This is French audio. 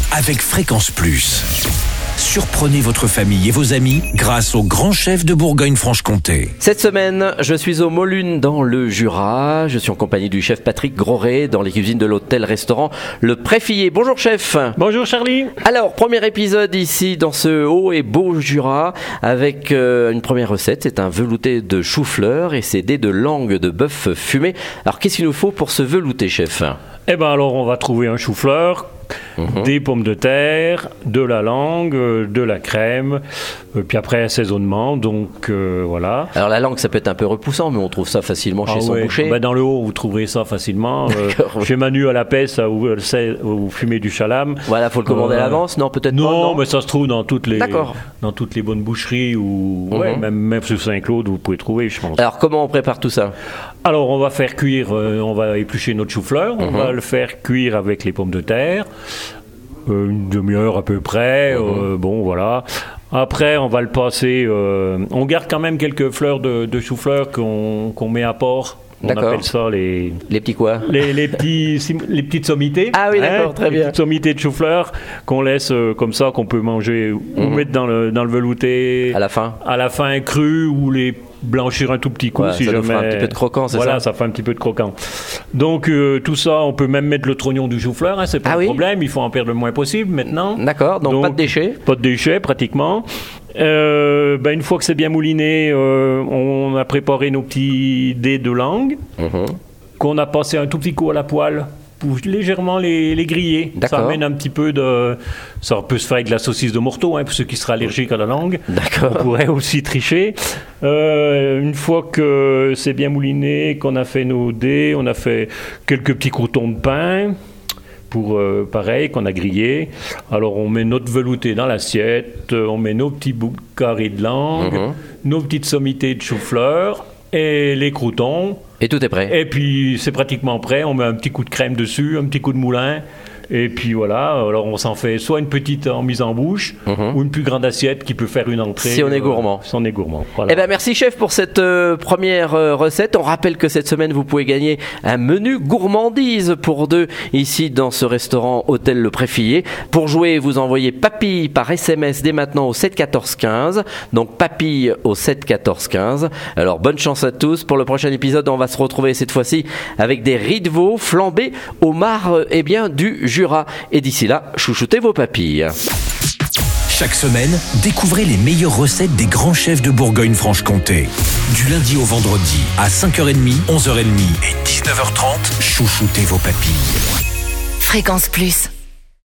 avec Fréquence Plus. Surprenez votre famille et vos amis grâce au grand chef de Bourgogne-Franche-Comté. Cette semaine, je suis au Mollune dans le Jura. Je suis en compagnie du chef Patrick Groret dans les cuisines de l'hôtel-restaurant Le Préfillé. Bonjour chef. Bonjour Charlie. Alors, premier épisode ici dans ce haut et beau Jura avec une première recette. C'est un velouté de chou-fleur et c'est des de langue de bœuf fumé. Alors, qu'est-ce qu'il nous faut pour ce velouté, chef ? Eh ben alors, on va trouver un chou-fleur, des pommes de terre, de la langue, de la crème, puis après assaisonnement, donc voilà. Alors la langue, ça peut être un peu repoussant, mais on trouve ça facilement chez son boucher. Ben dans le haut, vous trouverez ça facilement. Chez Manu à la Pesse, où fumez du chalam. Voilà, faut le commander à l'avance, non peut-être non, pas. Non, mais ça se trouve dans toutes les bonnes boucheries ou même sur Saint-Claude, vous pouvez trouver, je pense. Alors comment on prépare tout ça ? Alors on va faire cuire, on va éplucher notre chou-fleur, on va le faire cuire avec les pommes de terre. Une demi-heure à peu près, bon voilà. Après, on va le passer. On garde quand même quelques fleurs de chou-fleur qu'on met à port. On appelle ça les petits quoi ? Les petites sommités. Ah oui, d'accord, très bien. Les petites sommités de chou-fleur qu'on laisse comme ça, qu'on peut manger ou mettre dans le velouté. À la fin cru ou les blanchir un tout petit coup si ça jamais. Ça fait un petit peu de croquant, c'est ça ? Voilà, ça fait un petit peu de croquant. Donc tout ça, on peut même mettre le trognon du chou-fleur, c'est pas un problème, il faut en perdre le moins possible maintenant. D'accord, donc pas de déchets ? Pas de déchets pratiquement. Une fois que c'est bien mouliné, on a préparé nos petits dés de langue qu'on a passé un tout petit coup à la poêle pour légèrement les griller. D'accord. Ça amène un petit peu de... Ça peut se faire avec de la saucisse de morteau, pour ceux qui seraient allergiques à la langue. D'accord. On pourrait aussi tricher. Une fois que c'est bien mouliné, qu'on a fait nos dés, on a fait quelques petits croûtons de pain pour pareil, qu'on a grillé. Alors on met notre velouté dans l'assiette, on met nos petits bouts carrés de langue, nos petites sommités de chou-fleur et les croûtons. Et tout est prêt. Et puis c'est pratiquement prêt, on met un petit coup de crème dessus, un petit coup de moulin. Et puis voilà, alors on s'en fait soit une petite en mise en bouche ou une plus grande assiette qui peut faire une entrée. Si on est gourmand. Si on est gourmand. Voilà. Eh ben merci chef pour cette première recette. On rappelle que cette semaine vous pouvez gagner un menu gourmandise pour deux ici dans ce restaurant Hôtel Le Préfillé. Pour jouer, vous envoyez papille par SMS dès maintenant au 7 14 15. Donc papille au 7 14 15. Alors bonne chance à tous. Pour le prochain épisode, on va se retrouver cette fois-ci avec des riz de veau flambés au marc du Jura. Et d'ici là, chouchoutez vos papilles. Chaque semaine, découvrez les meilleures recettes des grands chefs de Bourgogne-Franche-Comté. Du lundi au vendredi, à 5h30, 11h30 et 19h30, chouchoutez vos papilles. Fréquence Plus.